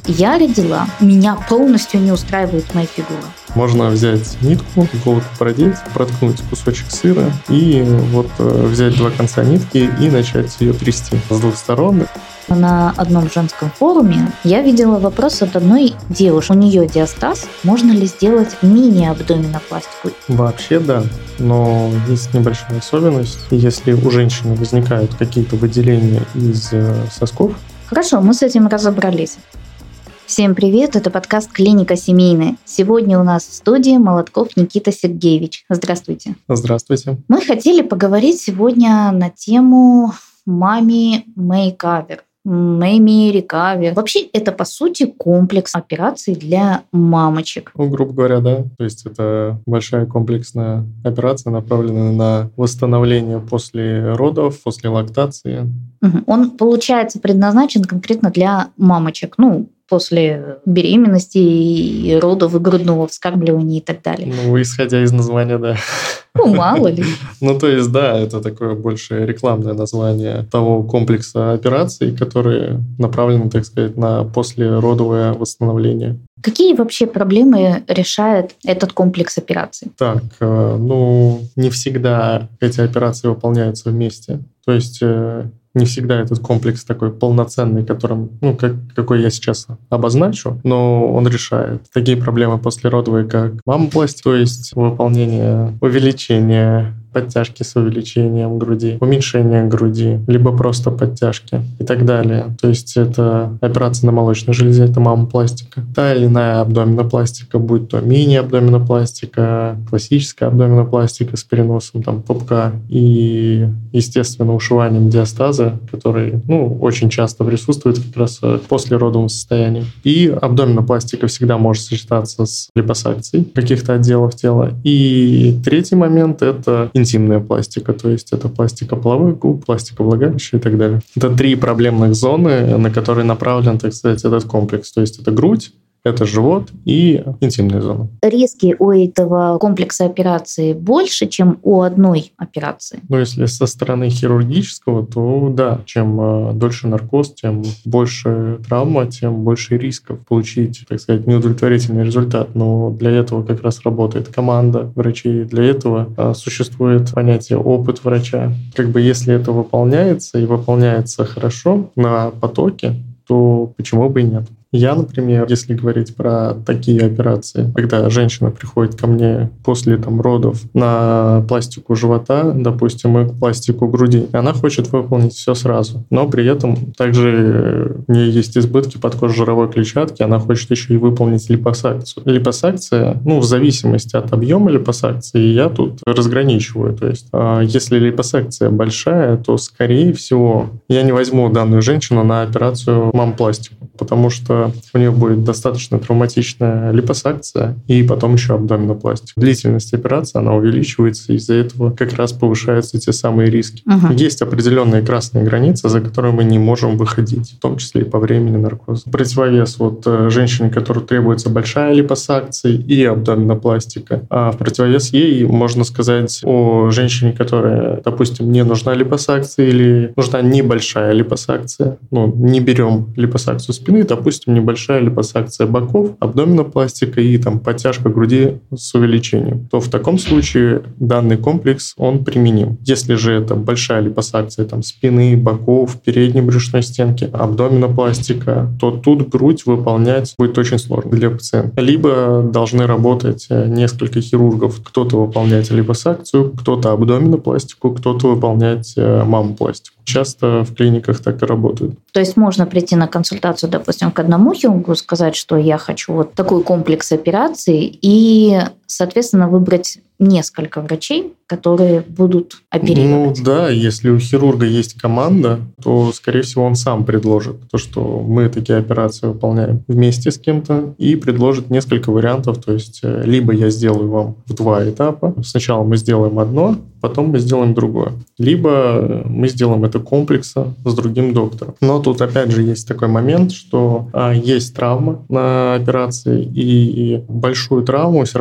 Я родила, меня полностью не устраивает моя фигура. Можно взять нитку, иголку продеть, проткнуть кусочек сыра и взять два конца нитки и начать ее трясти с двух сторон. На одном женском форуме я видела вопрос от одной девушки. У нее диастаз. Можно ли сделать мини-абдоминопластику? Вообще да, но есть небольшая особенность. Если у женщины возникают какие-то выделения из сосков. Хорошо, мы с этим разобрались. Всем привет, это подкаст «Клиника семейная». Сегодня у нас в студии Молотков Никита Сергеевич. Здравствуйте. Здравствуйте. Мы хотели поговорить сегодня на тему «Мами мейкавер». Мэми рекавер. Вообще, это, по сути, комплекс операций для мамочек. Грубо говоря, да. То есть это большая комплексная операция, направленная на восстановление после родов, после лактации. Он, получается, предназначен конкретно для мамочек. После беременности и родов, и грудного вскармливания и так далее. Исходя из названия, да. Мало ли. То есть, да, это такое больше рекламное название того комплекса операций, которые направлены, так сказать, на послеродовое восстановление. Какие вообще проблемы решает этот комплекс операций? Так, не всегда эти операции выполняются вместе. То есть не всегда этот комплекс такой полноценный, какой я сейчас обозначу, но он решает такие проблемы послеродовые, как мамопластика, то есть выполнение увеличения подтяжки с увеличением груди, уменьшение груди, либо просто подтяжки и так далее. То есть это операция на молочной железе, это мамопластика. Та или иная абдоминопластика, будь то мини-абдоминопластика, классическая абдоминопластика с переносом пупка и, естественно, ушиванием диастаза, который очень часто присутствует как раз в послеродовом состоянии. И абдоминопластика всегда может сочетаться с липосакцией каких-то отделов тела. И третий момент — это интимная пластика, то есть это пластика половых губ, пластика влагалища и так далее. Это три проблемных зоны, на которые направлен, так сказать, этот комплекс. То есть это грудь, это живот и интимная зона. Риски у этого комплекса операции больше, чем у одной операции? Если со стороны хирургического, то да, чем дольше наркоз, тем больше травма, тем больше рисков получить, так сказать, неудовлетворительный результат. Но для этого как раз работает команда врачей, для этого существует понятие опыт врача. Если это выполняется и выполняется хорошо на потоке, то почему бы и нет? Я, например, если говорить про такие операции, когда женщина приходит ко мне после родов на пластику живота, допустим, и пластику груди, она хочет выполнить все сразу, но при этом также у нее есть избытки подкожно-жировой клетчатки, она хочет еще и выполнить липосакцию. Липосакция, в зависимости от объема липосакции, я тут разграничиваю. То есть, если липосакция большая, то, скорее всего, я не возьму данную женщину на операцию мамопластику, потому что у нее будет достаточно травматичная липосакция и потом еще абдоминопластика. Длительность операции, она увеличивается, из-за этого как раз повышаются те самые риски. Есть определенные красные границы, за которые мы не можем выходить, в том числе и по времени наркоза. Противовес женщине, которой требуется большая липосакция и абдоминопластика, а в противовес ей можно сказать о женщине, которая, допустим, не нужна липосакция или нужна небольшая липосакция. Не берем липосакцию спины, допустим, небольшая липосакция боков, абдоминопластика и подтяжка груди с увеличением, то в таком случае данный комплекс, он применим. Если же это большая липосакция спины, боков, передней брюшной стенки, абдоминопластика, то тут грудь выполнять будет очень сложно для пациента. Либо должны работать несколько хирургов. Кто-то выполнять липосакцию, кто-то абдоминопластику, кто-то выполнять мамопластику. Часто в клиниках так и работают. То есть можно прийти на консультацию, допустим, к одному хирургу, сказать, что я хочу такой комплекс операций, и, соответственно, выбрать несколько врачей, которые будут оперировать. Да, если у хирурга есть команда, то, скорее всего, он сам предложит то, что мы такие операции выполняем вместе с кем-то, и предложит несколько вариантов. То есть либо я сделаю вам в 2 этапа. Сначала мы сделаем одно, потом мы сделаем другое. Либо мы сделаем это комплексно с другим доктором. Но тут опять же есть такой момент, что есть травма на операции, и большую травму все равно пациент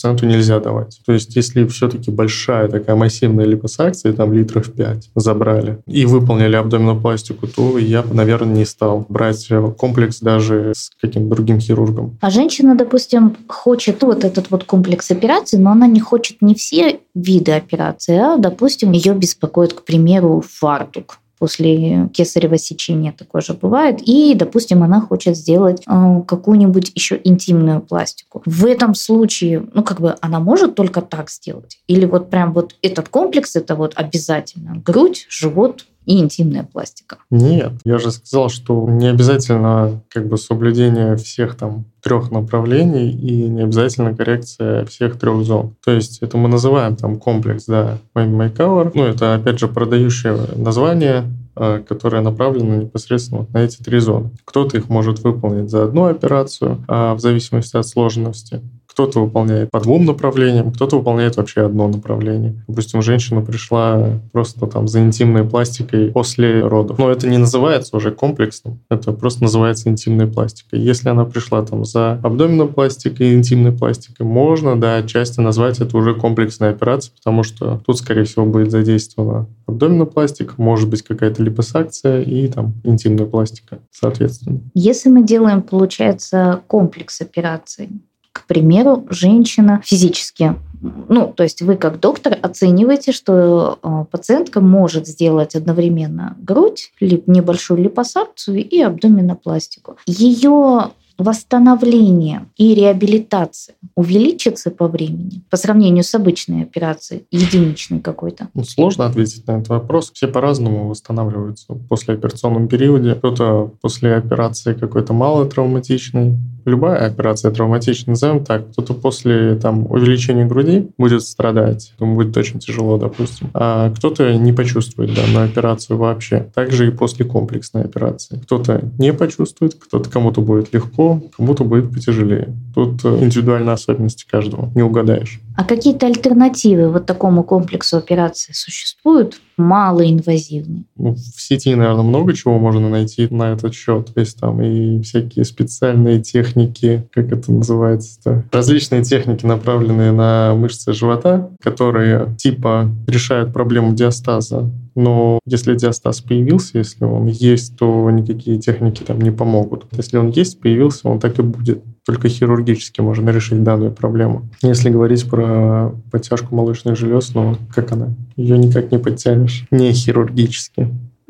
пациенту нельзя давать. То есть если все-таки большая такая массивная липосакция, там литров 5 забрали и выполнили абдоминопластику, то я бы, наверное, не стал брать комплекс даже с каким-то другим хирургом. А женщина, допустим, хочет вот этот вот комплекс операций, но она не хочет не все виды операции, а, допустим, ее беспокоит, к примеру, фартук. После кесарево сечения такое же бывает. И, допустим, она хочет сделать какую-нибудь еще интимную пластику. В этом случае, она может только так сделать? Или вот прям вот этот комплекс, это вот обязательно грудь, живот и интимная пластика? Нет, я же сказал, что не обязательно соблюдение всех там 3 направлений и не обязательно коррекция всех 3 зон. То есть это мы называем там комплекс, да, Makeover. Это опять же продающее название, которое направлено непосредственно на эти 3 зоны. Кто-то их может выполнить за одну операцию, в зависимости от сложности. Кто-то выполняет по 2 направлениям, кто-то выполняет вообще одно направление. Допустим, женщина пришла просто там за интимной пластикой после родов. Но это не называется уже комплексным, это просто называется интимной пластикой. Если она пришла там за абдоминопластикой и интимной пластикой, можно, да, отчасти назвать это уже комплексной операцией, потому что тут, скорее всего, будет задействована абдоминопластика, может быть какая-то липосакция и там интимная пластика, соответственно. Если мы делаем, получается, комплекс операций, к примеру, женщина физически, то есть вы как доктор оцениваете, что пациентка может сделать одновременно грудь, небольшую липосакцию и абдоминопластику. Ее восстановление и реабилитация увеличится по времени по сравнению с обычной операцией, единичной какой-то? Сложно ответить на этот вопрос. Все по-разному восстанавливаются в послеоперационном периоде. Кто-то после операции какой-то малотравматичный. Любая операция травматична, назовем так. Кто-то после увеличения груди будет страдать, ему будет очень тяжело, допустим. А кто-то не почувствует данную операцию вообще. Также и после комплексной операции. Кто-то не почувствует, кому-то будет легко, кому-то будет потяжелее. Тут индивидуальные особенности каждого, не угадаешь. А какие-то альтернативы вот такому комплексу операций существуют? Малоинвазивные? В сети, наверное, много чего можно найти на этот счет. То есть там и всякие специальные техники, как это называется-то? Различные техники, направленные на мышцы живота, которые типа решают проблему диастаза. Но если диастаз появился, если он есть, то никакие техники там не помогут. Если он есть, появился, он так и будет. Только хирургически можно решить данную проблему. Если говорить про подтяжку молочных желез, как она? Ее никак не подтянешь, не хирургически.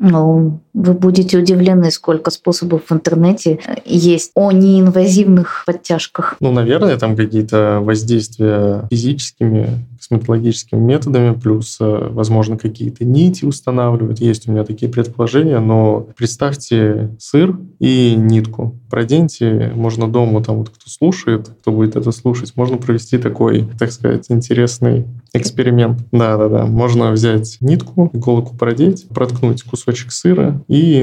Вы будете удивлены, сколько способов в интернете есть о неинвазивных подтяжках. Наверное, там какие-то воздействия физическими, косметологическими методами, плюс, возможно, какие-то нити устанавливают. Есть у меня такие предположения, но представьте сыр и нитку. Проденьте, можно дома, кто слушает, кто будет это слушать, можно провести такой, так сказать, интересный эксперимент. Да. Можно взять нитку, иголку продеть, проткнуть кусочек сыра и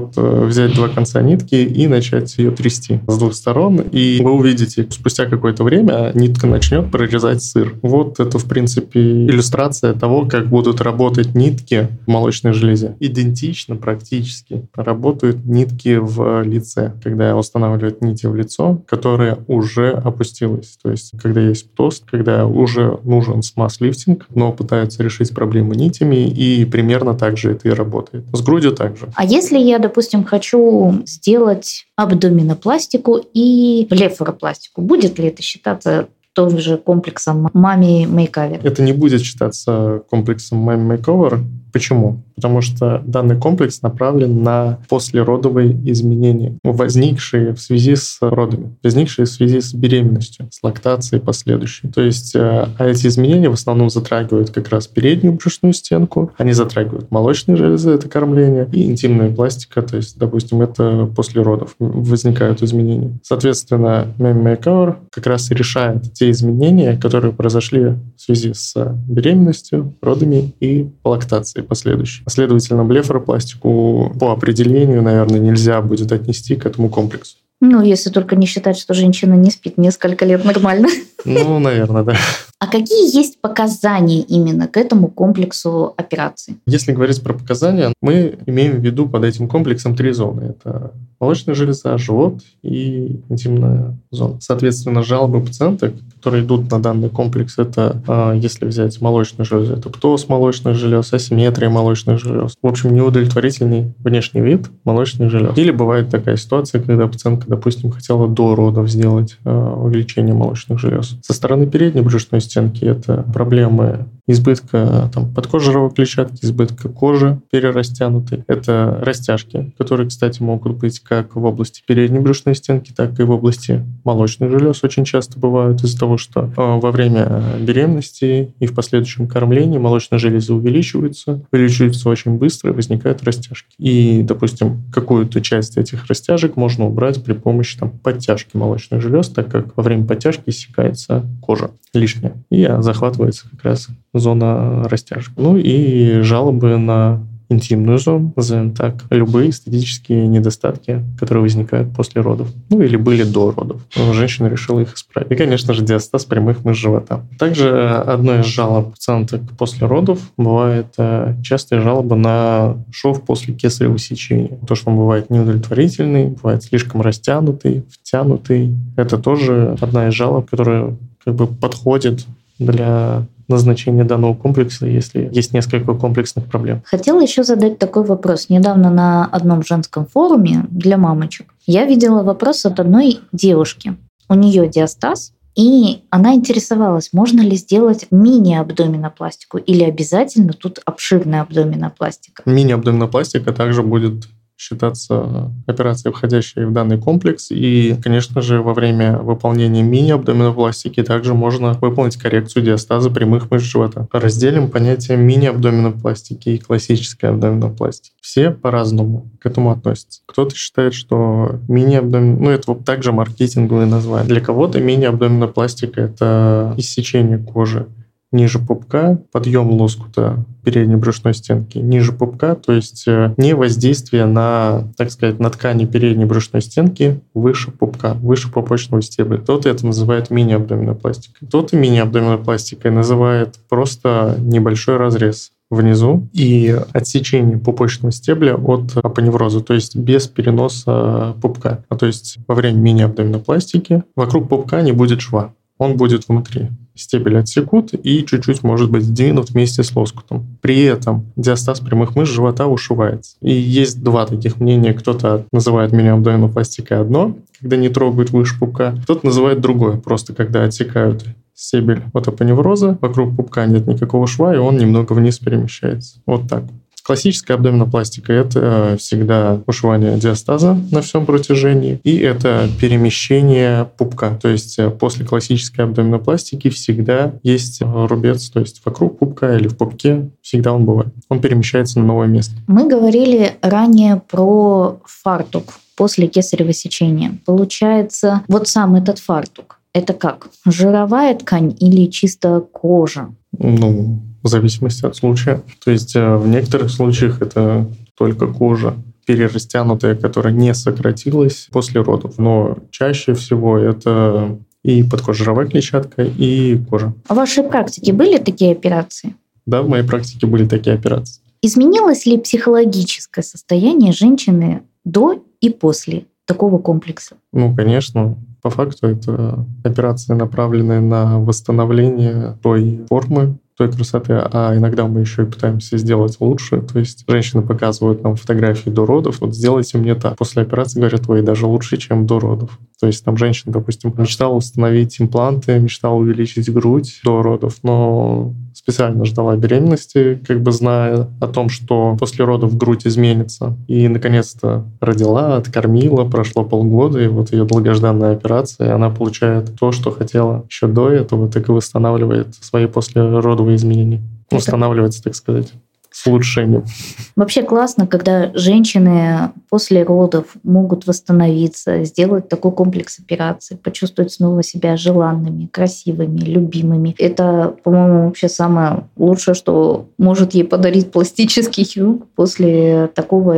взять 2 конца нитки и начать ее трясти с 2 сторон. И вы увидите, спустя какое-то время нитка начнет прорезать сыр. Это, в принципе, иллюстрация того, как будут работать нитки в молочной железе. Идентично практически работают нитки в лице, когда устанавливают нити в лицо, которое уже опустилось. То есть, когда есть птоз, когда уже нужен смаз-лифтинг, но пытаются решить проблему нитями, и примерно так же это и работает. С грудью также. А если я, допустим, хочу сделать абдоминопластику и блефаропластику, будет ли это считаться том же комплексом Mommy Makeover? Это не будет считаться комплексом Mommy Makeover. Почему? Потому что данный комплекс направлен на послеродовые изменения, возникшие в связи с родами, возникшие в связи с беременностью, с лактацией последующей. То есть эти изменения в основном затрагивают как раз переднюю брюшную стенку, они затрагивают молочные железы, это кормление, и интимная пластика, то есть, допустим, это после родов возникают изменения. Соответственно, Mommy Makeover как раз и решает те изменения, которые произошли в связи с беременностью, родами и лактацией последующей. Следовательно, блефаропластику по определению, наверное, нельзя будет отнести к этому комплексу. Если только не считать, что женщина не спит несколько лет нормально. Наверное, да. А какие есть показания именно к этому комплексу операций? Если говорить про показания, мы имеем в виду под этим комплексом 3 зоны. Это молочная железа, живот и интимная зона. Соответственно, жалобы пациенток, которые идут на данный комплекс, это, если взять молочную железу, это птоз молочных желез, асимметрия молочных желез. В общем, неудовлетворительный внешний вид молочных желез. Или бывает такая ситуация, когда пациентка, допустим, хотела до родов сделать увеличение молочных желез. Со стороны передней брюшной стенки это проблемы избытка подкожировой клетчатки, избытка кожи перерастянутой. Это растяжки, которые, кстати, могут быть как в области передней брюшной стенки, так и в области молочных желез. Очень часто бывают из-за того, что во время беременности и в последующем кормлении молочные железы увеличиваются очень быстро, и возникают растяжки. И, допустим, какую-то часть этих растяжек можно убрать при помощи подтяжки молочных желез, так как во время подтяжки иссякается кожа лишняя и захватывается как раз зона растяжек. Ну и жалобы на интимную зону, назовем так, любые эстетические недостатки, которые возникают после родов, или были до родов. Но женщина решила их исправить. И, конечно же, диастаз прямых мышц живота. Также одной из жалоб пациенток после родов бывает частые жалобы на шов после кесарево сечения. То, что он бывает неудовлетворительный, бывает слишком растянутый, втянутый. Это тоже одна из жалоб, которая подходит для назначения данного комплекса, если есть несколько комплексных проблем. Хотела еще задать такой вопрос. Недавно на одном женском форуме для мамочек я видела вопрос от одной девушки. У нее диастаз, и она интересовалась, можно ли сделать мини-абдоминопластику или обязательно тут обширная абдоминопластика. Мини-абдоминопластика также будет считаться операцией, входящей в данный комплекс. И, конечно же, во время выполнения мини-абдоминопластики также можно выполнить коррекцию диастаза прямых мышц живота. Разделим понятие мини-абдоминопластики и классической абдоминопластики. Все по-разному к этому относятся. Кто-то считает, что это также маркетинговое название. Для кого-то мини-абдоминопластика — это иссечение кожи ниже пупка, подъем лоскута передней брюшной стенки ниже пупка, то есть не воздействие на, на ткани передней брюшной стенки выше пупка, выше пупочного стебля. Кто-то это называет мини-абдоминопластикой. Кто-то мини-абдоминопластикой называет просто небольшой разрез внизу и отсечение пупочного стебля от апоневроза, то есть без переноса пупка. То есть во время мини-абдоминопластики вокруг пупка не будет шва, он будет внутри. Стебель отсекут и чуть-чуть может быть сдвинут вместе с лоскутом. При этом диастаз прямых мышц живота ушивается. И есть два таких мнения. Кто-то называет мини-абдоминопластикой одно, когда не трогают выше пупка. Кто-то называет другое, просто когда отсекают стебель от апоневроза, вокруг пупка нет никакого шва, и он немного вниз перемещается. Вот так. Классическая абдоминопластика — это всегда ушивание диастаза на всем протяжении, и это перемещение пупка. То есть после классической абдоминопластики всегда есть рубец, то есть вокруг пупка или в пупке всегда он бывает. Он перемещается на новое место. Мы говорили ранее про фартук после кесарево сечения. Получается, вот сам этот фартук — это как? Жировая ткань или чисто кожа? В зависимости от случая. То есть в некоторых случаях это только кожа перерастянутая, которая не сократилась после родов. Но чаще всего это и подкожировая клетчатка, и кожа. А в вашей практике были такие операции? Да, в моей практике были такие операции. Изменилось ли психологическое состояние женщины до и после такого комплекса? Конечно. По факту это операции, направленные на восстановление той формы, той красоты, а иногда мы еще и пытаемся сделать лучше. То есть женщины показывают нам фотографии до родов, вот сделайте мне так. После операции говорят, даже лучше, чем до родов. То есть там женщина, допустим, мечтала установить импланты, мечтала увеличить грудь до родов, но специально ждала беременности, зная о том, что после родов грудь изменится. И, наконец-то, родила, откормила, прошло полгода, и вот ее долгожданная операция, и она получает то, что хотела еще до этого, так и восстанавливает свои послеродовые изменения. Восстанавливается, так сказать, с улучшением. Вообще классно, когда женщины после родов могут восстановиться, сделать такой комплекс операций, почувствовать снова себя желанными, красивыми, любимыми. Это, по-моему, вообще самое лучшее, что может ей подарить пластический хирург после такого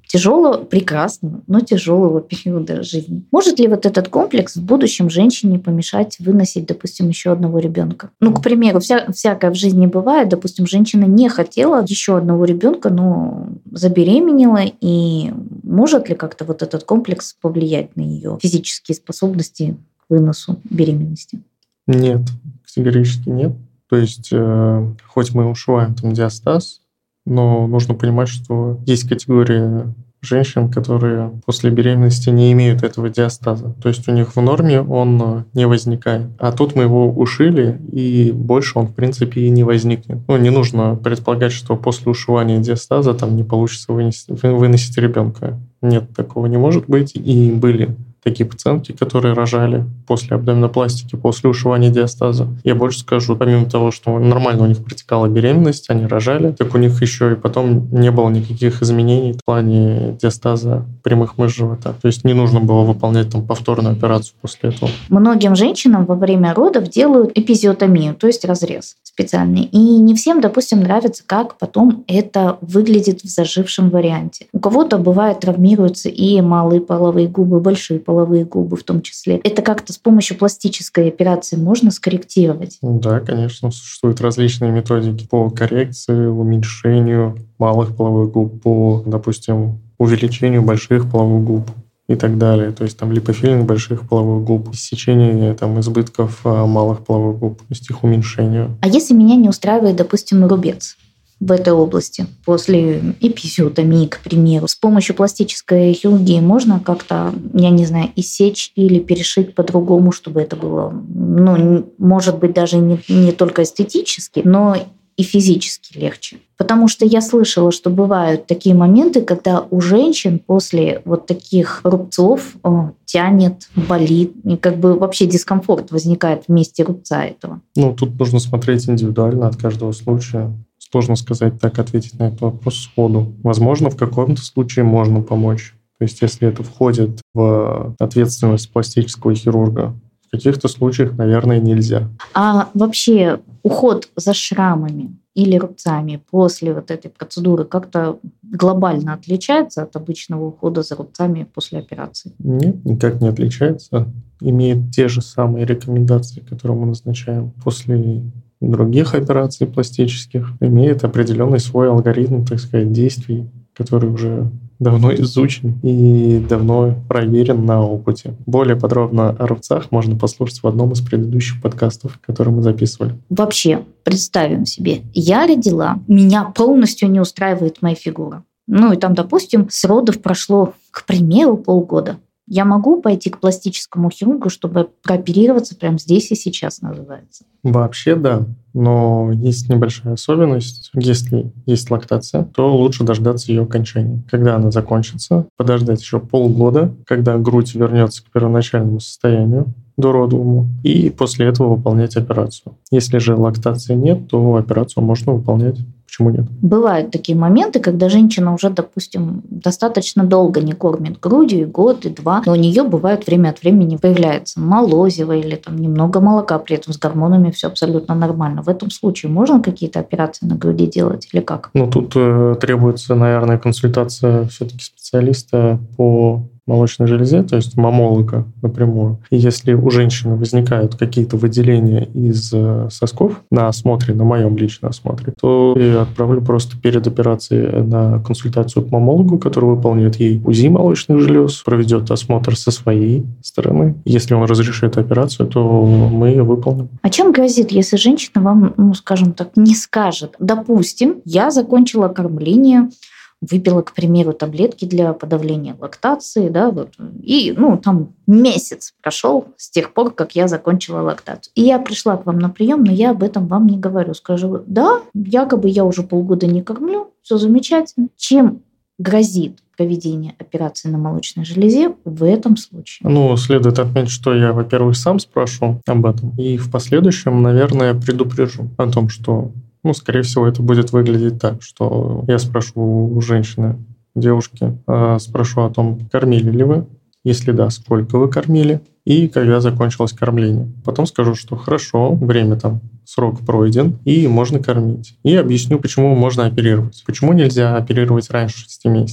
тяжелого, прекрасного, но тяжелого периода жизни. Может ли вот этот комплекс в будущем женщине помешать выносить, допустим, еще одного ребенка? Ну, к примеру, всякое в жизни бывает. Допустим, женщина не хотела еще одного ребенка, но забеременела, и может ли как-то вот этот комплекс повлиять на ее физические способности к выносу беременности? Нет, категорически нет. То есть, хоть мы ушиваем там диастаз, но нужно понимать, что есть категория женщин, которые после беременности не имеют этого диастаза. То есть у них в норме он не возникает. А тут мы его ушили, и больше он, в принципе, и не возникнет. Ну, не нужно предполагать, что после ушивания диастаза там не получится выносить ребенка. Нет, такого не может быть. И были такие пациентки, которые рожали после абдоминопластики, после ушивания диастаза. Я больше скажу, помимо того, что нормально у них протекала беременность, они рожали, так у них еще и потом не было никаких изменений в плане диастаза прямых мышц живота. То есть не нужно было выполнять там повторную операцию после этого. Многим женщинам во время родов делают эпизиотомию, то есть разрез специальный. И не всем, допустим, нравится, как потом это выглядит в зажившем варианте. У кого-то бывает травмируются и малые половые губы, большие половые губы в том числе. Это как-то с помощью пластической операции можно скорректировать? Да, конечно, существуют различные методики по коррекции, уменьшению малых половых губ, по, допустим, увеличению больших половых губ и так далее. То есть там липофилинг больших половых губ, иссечение там избытков малых половых губ, то есть их уменьшению. А если меня не устраивает, допустим, рубец в этой области после эпизиотомии, к примеру, с помощью пластической хирургии можно как-то, я не знаю, иссечь или перешить по-другому, чтобы это было, ну, может быть, даже не только эстетически, но и физически легче. Потому что я слышала, что бывают такие моменты, когда у женщин после вот таких рубцов тянет, болит, и как бы вообще дискомфорт возникает в месте рубца этого. Ну, тут нужно смотреть индивидуально от каждого случая. Сложно сказать так, ответить на этот вопрос сходу. Возможно, в каком-то случае можно помочь. То есть, если это входит в ответственность пластического хирурга. В каких-то случаях, наверное, нельзя. А вообще уход за шрамами или рубцами после вот этой процедуры как-то глобально отличается от обычного ухода за рубцами после операции? Нет, никак не отличается. Имеет те же самые рекомендации, которые мы назначаем после других операций пластических. Имеет определенный свой алгоритм, так сказать, действий, который уже давно изучен и давно проверен на опыте. Более подробно о рубцах можно послушать в одном из предыдущих подкастов, которые мы записывали. Вообще, представим себе, я родила, меня полностью не устраивает моя фигура. Ну и там, допустим, с родов прошло, к примеру, полгода. Я могу пойти к пластическому хирургу, чтобы прооперироваться прямо здесь и сейчас, называется? Вообще да, но есть небольшая особенность. Если есть лактация, то лучше дождаться ее окончания. Когда она закончится, подождать еще полгода, когда грудь вернется к первоначальному состоянию, дородовому, и после этого выполнять операцию. Если же лактации нет, то операцию можно выполнять. Почему нет? Бывают такие моменты, когда женщина уже, допустим, достаточно долго не кормит грудью, и год, и два, но у нее бывает время от времени появляется молозиво или там немного молока, при этом с гормонами все абсолютно нормально. В этом случае можно какие-то операции на груди делать или как? Ну, тут требуется, наверное, консультация все-таки специалиста по молочной железе, то есть маммолога напрямую. И если у женщины возникают какие-то выделения из сосков на осмотре, на моем личном осмотре, то я отправлю просто перед операцией на консультацию к маммологу, который выполнит ей УЗИ молочных желез, проведет осмотр со своей стороны. Если он разрешит операцию, то мы ее выполним. А чем грозит, если женщина вам, ну, скажем так, не скажет? Допустим, я закончила кормление, выпила, к примеру, таблетки для подавления лактации, да, вот, и, ну, там месяц прошел с тех пор, как я закончила лактацию. И я пришла к вам на прием, но я об этом вам не говорю. Скажу, да, якобы я уже полгода не кормлю, все замечательно. Чем грозит проведение операции на молочной железе в этом случае? Ну, следует отметить, что я, во-первых, сам спрошу об этом, и в последующем, наверное, предупрежу о том, что скорее всего, это будет выглядеть так, что я спрошу у женщины, девушки, спрошу о том, кормили ли вы, если да, сколько вы кормили и когда закончилось кормление. Потом скажу, что хорошо, время там, срок пройден и можно кормить. И объясню, почему можно оперировать. Почему нельзя оперировать раньше 6 месяцев.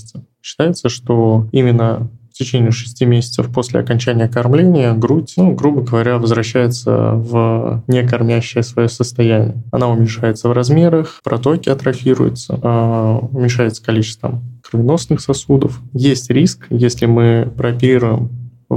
Считается, что именно в течение 6 месяцев после окончания кормления грудь, грубо говоря, возвращается в некормящее свое состояние. Она уменьшается в размерах, протоки атрофируются, уменьшается количество кровеносных сосудов. Есть риск, если мы прооперируем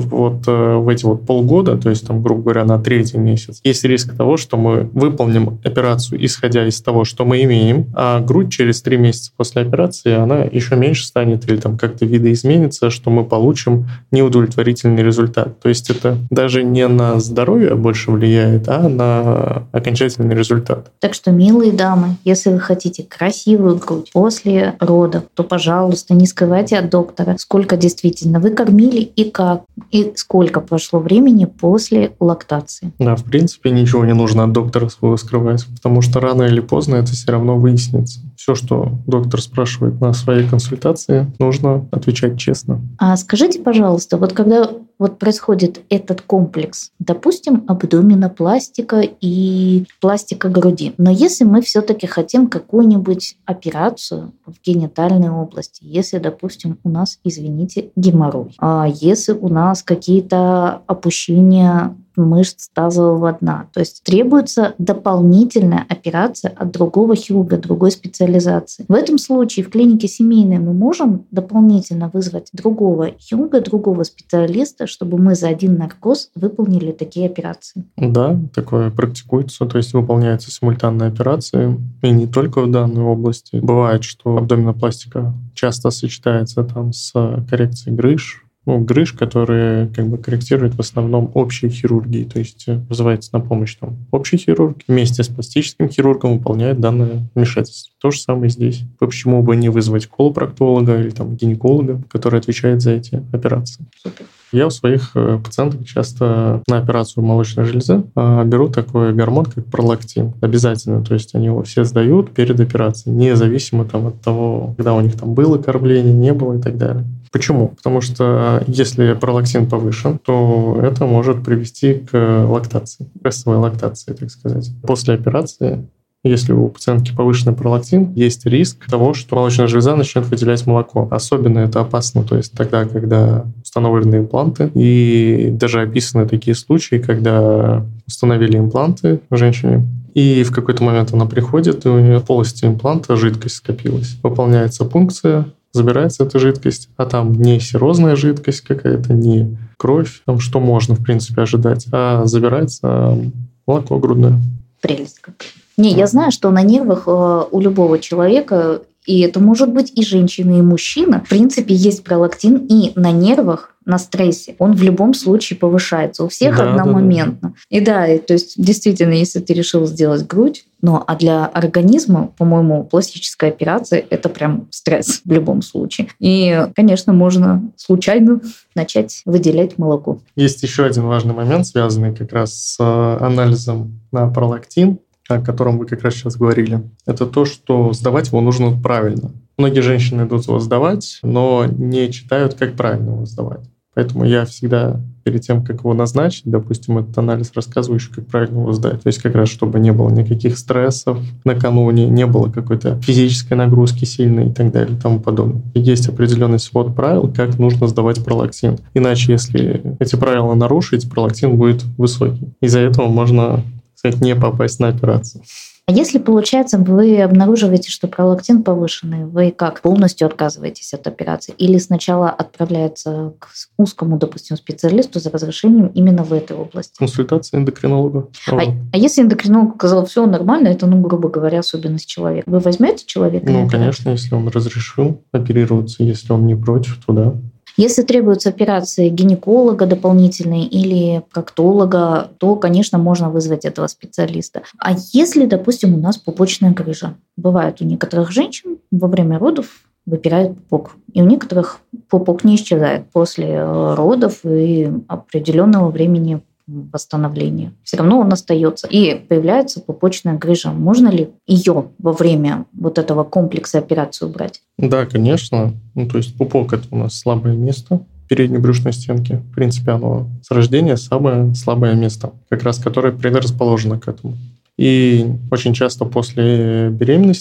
в эти полгода, то есть, грубо говоря, на 3-й месяц, есть риск того, что мы выполним операцию, исходя из того, что мы имеем, а грудь через 3 месяца после операции, она еще меньше станет или как-то видоизменится, что мы получим неудовлетворительный результат. То есть это даже не на здоровье больше влияет, а на окончательный результат. Так что, милые дамы, если вы хотите красивую грудь после родов, то, пожалуйста, не скрывайте от доктора, сколько действительно вы кормили и как, и сколько прошло времени после лактации. Да, в принципе, ничего не нужно от доктора своего скрывать, потому что рано или поздно это все равно выяснится. Все, что доктор спрашивает на своей консультации, нужно отвечать честно. А скажите, пожалуйста, когда происходит этот комплекс, допустим, абдоминопластика и пластика груди, но если мы все-таки хотим какую-нибудь операцию в генитальной области, если, допустим, у нас, извините, геморрой, а если у нас какие-то опущения мышц тазового дна. То есть требуется дополнительная операция от другого хирурга, другой специализации. В этом случае в клинике семейной мы можем дополнительно вызвать другого хирурга, другого специалиста, чтобы мы за один наркоз выполнили такие операции. Да, такое практикуется, то есть выполняются симультанные операции, и не только в данной области. Бывает, что абдоминопластика часто сочетается с коррекцией грыж, грыж, которые корректируют в основном общей хирургии, то есть вызывается на помощь общий хирург вместе с пластическим хирургом выполняет данное вмешательство. То же самое здесь. Почему бы не вызвать колопроктолога или гинеколога, который отвечает за эти операции? Супер. Я у своих пациенток часто на операцию молочной железы беру такой гормон, как пролактин. Обязательно. То есть они его все сдают перед операцией, независимо от того, когда у них было кормление, не было и так далее. Почему? Потому что если пролактин повышен, то это может привести к лактации, стрессовой лактации, так сказать. После операции, если у пациентки повышенный пролактин, есть риск того, что молочная железа начнет выделять молоко. Особенно это опасно, то есть тогда, когда установлены импланты. И даже описаны такие случаи, когда установили импланты женщине, и в какой-то момент она приходит, и у нее в полости импланта жидкость скопилась. Выполняется пункция, забирается эта жидкость, а там не серозная жидкость какая-то, не кровь, что можно, в принципе, ожидать, а забирается молоко грудное. Прелесть какая. Я знаю, что на нервах у любого человека, и это может быть и женщина, и мужчина, в принципе, есть пролактин, и на нервах, на стрессе, он в любом случае повышается. У всех одномоментно. И то есть действительно, если ты решил сделать грудь, а для организма, по-моему, пластическая операция – это прям стресс в любом случае. И, конечно, можно случайно начать выделять молоко. Есть еще один важный момент, связанный как раз с анализом на пролактин, о котором вы как раз сейчас говорили. Это то, что сдавать его нужно правильно. Многие женщины идут его сдавать, но не читают, как правильно его сдавать. Поэтому я всегда перед тем, как его назначить, допустим, этот анализ рассказываю еще, как правильно его сдать. То есть как раз, чтобы не было никаких стрессов накануне, не было какой-то физической нагрузки сильной и так далее и тому подобное. И есть определенный свод правил, как нужно сдавать пролактин. Иначе, если эти правила нарушить, пролактин будет высокий. Из-за этого можно, не попасть на операцию. А если, получается, вы обнаруживаете, что пролактин повышенный, вы как, полностью отказываетесь от операции? Или сначала отправляется к узкому, допустим, специалисту за разрешением именно в этой области? Консультация эндокринолога. А если эндокринолог сказал, все нормально, это, грубо говоря, особенность человека, вы возьмете человека? Конечно, если он разрешил оперироваться, если он не против, то да. Если требуются операции гинеколога дополнительные или проктолога, то, конечно, можно вызвать этого специалиста. А если, допустим, у нас пупочная грыжа? Бывает у некоторых женщин во время родов выпирает пупок. И у некоторых пупок не исчезает после родов и определенного времени восстановления. Все равно он остается. И появляется пупочная грыжа. Можно ли ее во время этого комплекса операции убрать? Да, конечно. То есть пупок – это у нас слабое место передней брюшной стенки. В принципе, оно с рождения самое слабое место, как раз которое предрасположено к этому. И очень часто после беременности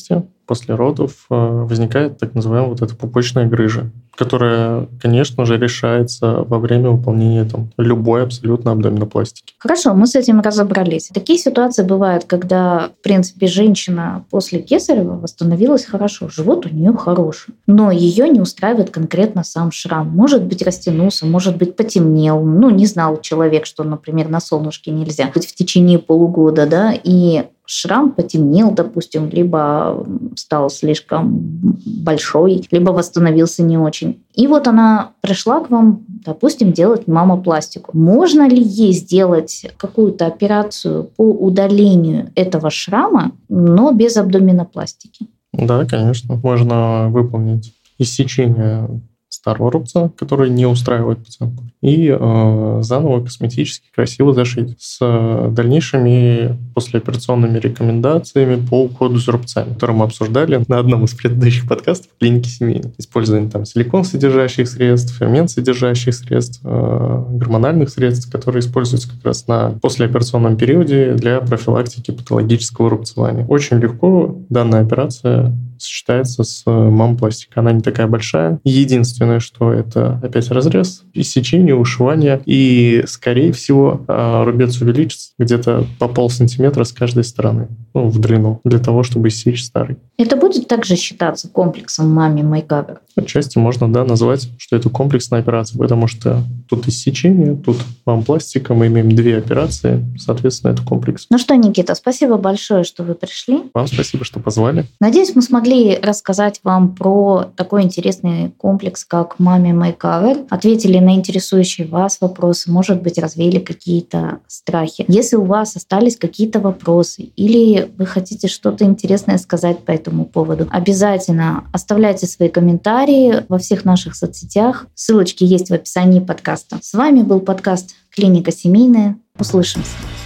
после родов возникает так называемая вот эта пупочная грыжа, которая, конечно же, решается во время выполнения любой абсолютно абдоминопластики. Хорошо, мы с этим разобрались. Такие ситуации бывают, когда, в принципе, женщина после кесарева восстановилась хорошо, живот у нее хороший, но ее не устраивает конкретно сам шрам. Может быть, растянулся, может быть, потемнел, не знал человек, что, например, на солнышке нельзя быть в течение полугода, да, и шрам потемнел, допустим, либо стал слишком большой, либо восстановился не очень. И вот она пришла к вам, допустим, делать мамопластику. Можно ли ей сделать какую-то операцию по удалению этого шрама, но без абдоминопластики? Да, конечно. Можно выполнить иссечение старого рубца, который не устраивает пациентку, и заново косметически красиво зашить с дальнейшими послеоперационными рекомендациями по уходу за рубцами, которые мы обсуждали на одном из предыдущих подкастов клиники семейной. Использование силикон содержащих средств, фермент содержащих средств, гормональных средств, которые используются как раз на послеоперационном периоде для профилактики патологического рубцевания. Очень легко данная операция сочетается с мамопластикой. Она не такая большая. Единственное, что это опять разрез, иссечение, ушивание. И, скорее всего, рубец увеличится где-то по полсантиметра с каждой стороны, в длину, для того, чтобы иссечь старый. Это будет также считаться комплексом маме мейкавер? Отчасти можно, назвать, что это комплексная операция, потому что тут иссечение, тут мамопластика, мы имеем 2 операции, соответственно, это комплекс. Ну что, Никита, спасибо большое, что вы пришли. Вам спасибо, что позвали. Надеюсь, мы смогли рассказать вам про такой интересный комплекс, как маме мейкавер, ответили на интересующие вас вопросы, может быть, развеяли какие-то страхи. Если у вас остались какие-то вопросы или вы хотите что-то интересное сказать по этому поводу, обязательно оставляйте свои комментарии во всех наших соцсетях. Ссылочки есть в описании подкаста. С вами был подкаст «Клиника семейная». Услышимся.